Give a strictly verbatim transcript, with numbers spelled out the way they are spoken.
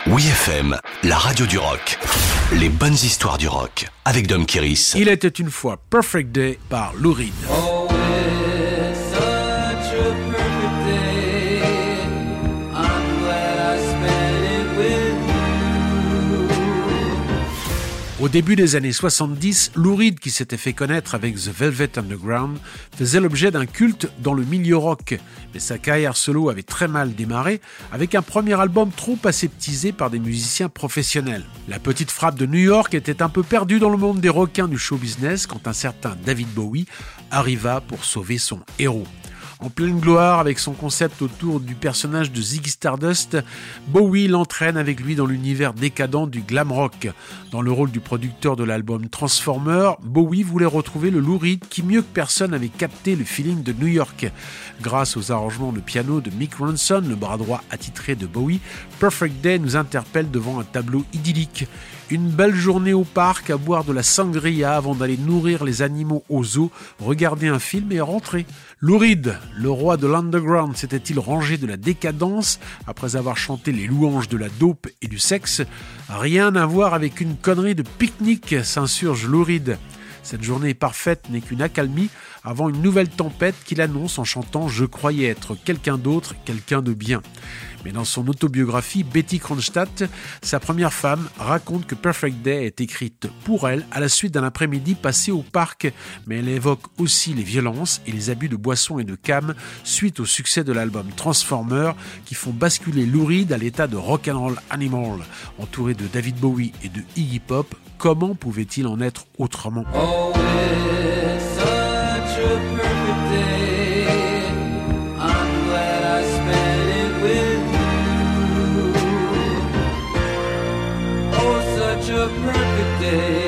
Oui F M, la radio du rock. Les bonnes histoires du rock avec Dom Kiris. Il était une fois Perfect Day par Lou Reed. Oh, it's such a perfect day. I'm glad I spent it with you. Au début des années soixante-dix, Lou Reed, qui s'était fait connaître avec The Velvet Underground, faisait l'objet d'un culte dans le milieu rock. Mais sa carrière solo avait très mal démarré, avec un premier album trop aseptisé par des musiciens professionnels. La petite frappe de New York était un peu perdue dans le monde des requins du show business quand un certain David Bowie arriva pour sauver son héros. En pleine gloire, avec son concept autour du personnage de Ziggy Stardust, Bowie l'entraîne avec lui dans l'univers décadent du glam rock. Dans le rôle du producteur de l'album Transformer, Bowie voulait retrouver le Lou Reed qui mieux que personne avait capté le feeling de New York. Grâce aux arrangements de piano de Mick Ronson, le bras droit attitré de Bowie, Perfect Day nous interpelle devant un tableau idyllique. Une belle journée au parc à boire de la sangria avant d'aller nourrir les animaux au zoo, regarder un film et rentrer. Lou Reed, le roi de l'underground, s'était-il rangé de la décadence après avoir chanté les louanges de la dope et du sexe? Rien à voir avec une connerie de pique-nique, s'insurge Lou Reed. Cette journée parfaite n'est qu'une accalmie avant une nouvelle tempête qu'il annonce en chantant « Je croyais être quelqu'un d'autre, quelqu'un de bien ». Mais dans son autobiographie, Betty Kronstadt, sa première femme, raconte que Perfect Day est écrite pour elle à la suite d'un après-midi passé au parc. Mais elle évoque aussi les violences et les abus de boissons et de cam suite au succès de l'album Transformer qui font basculer Lou Reed à l'état de rock'n'roll animal. Entouré de David Bowie et de Iggy Pop, comment pouvait-il en être autrement? Oh, it's such a perfect day. I'm glad I spent it with you. Oh, such a perfect day.